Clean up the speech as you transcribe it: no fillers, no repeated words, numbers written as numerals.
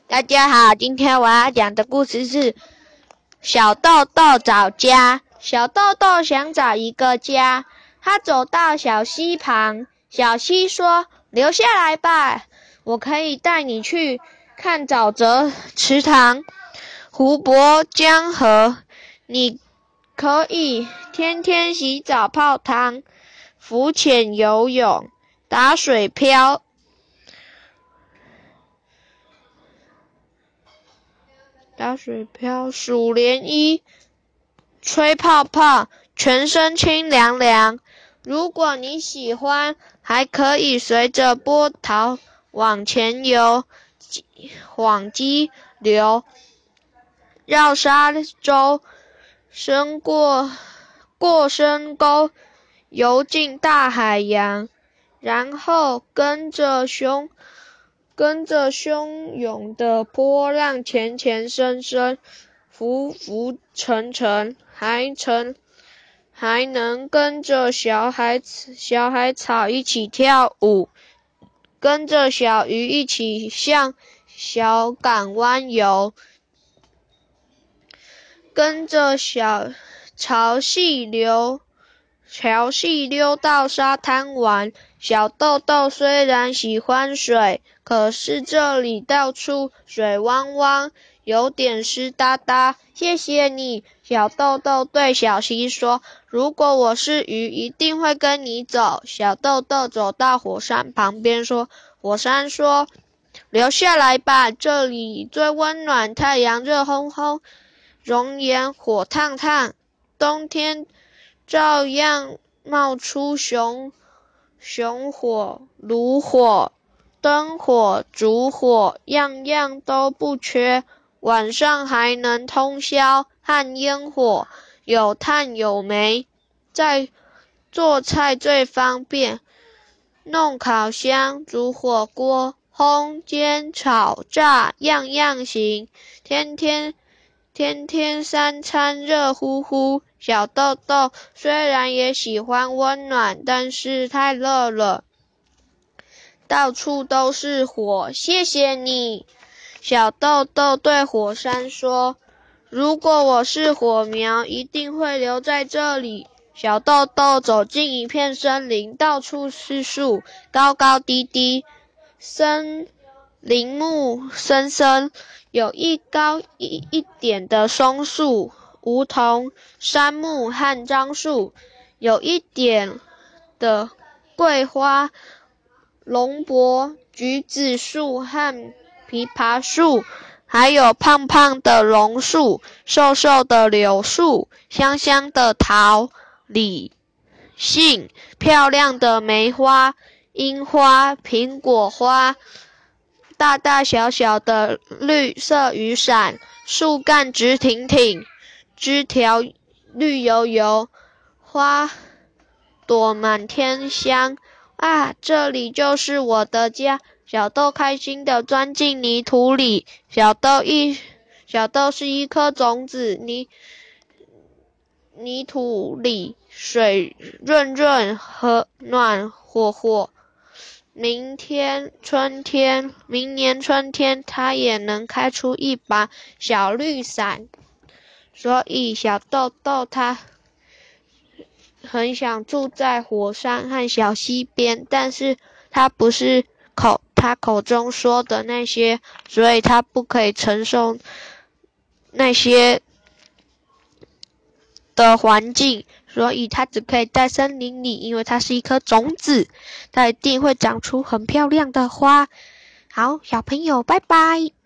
大家好，今天我要讲的故事是小豆豆找家。小豆豆想找一个家，他走到小溪旁，小溪说：“留下来吧，我可以带你去看沼泽、池塘、湖泊、江河，你可以天天洗澡泡汤，浮潜游泳，打水漂。”数涟漪，吹泡泡，全身清凉凉。如果你喜欢，还可以随着波涛往前游，晃激流，绕沙洲，过深沟，游进大海洋，然后跟着汹涌的波浪前深深，浮沉沉，还能跟着小海草一起跳舞，跟着小鱼一起向小港湾游，跟着潮汐溜到沙滩玩。小豆豆虽然喜欢水，可是这里到处水汪汪，有点湿哒哒。谢谢你，小豆豆对小溪说，如果我是鱼，一定会跟你走。小豆豆走到火山旁边说，火山说，留下来吧，这里最温暖，太阳热烘烘，熔岩火烫烫，冬天照样冒出熊火、炉火、灯火、烛火，样样都不缺。晚上还能通宵和烟火，有炭有煤，在做菜最方便。弄烤箱、煮火锅、烘煎炒炸，样样行。天天三餐热乎乎。小豆豆虽然也喜欢温暖，但是太热了，到处都是火。谢谢你，小豆豆对火山说，如果我是火苗，一定会留在这里。小豆豆走进一片森林，到处是树，高高低低，林木森森，有高一点的松树、梧桐、杉木和樟树，有一点的桂花、龙柏、橘子树和枇杷树，还有胖胖的榕树、瘦瘦的柳树、香香的桃、李、杏、漂亮的梅花、樱花、苹果花，大大小小的绿色雨伞，树干直挺挺，枝条绿油油，花朵满天香。啊，这里就是我的家！小豆开心地钻进泥土里。小豆是一颗种子，泥土里水润润，和暖和和。明年春天，它也能开出一把小绿伞。所以小豆豆它很想住在火山和小溪边，但是它不是他口中说的那些，所以他不可以承受那些的环境，所以它只可以在森林里，因为它是一颗种子，它一定会长出很漂亮的花。好，小朋友，拜拜。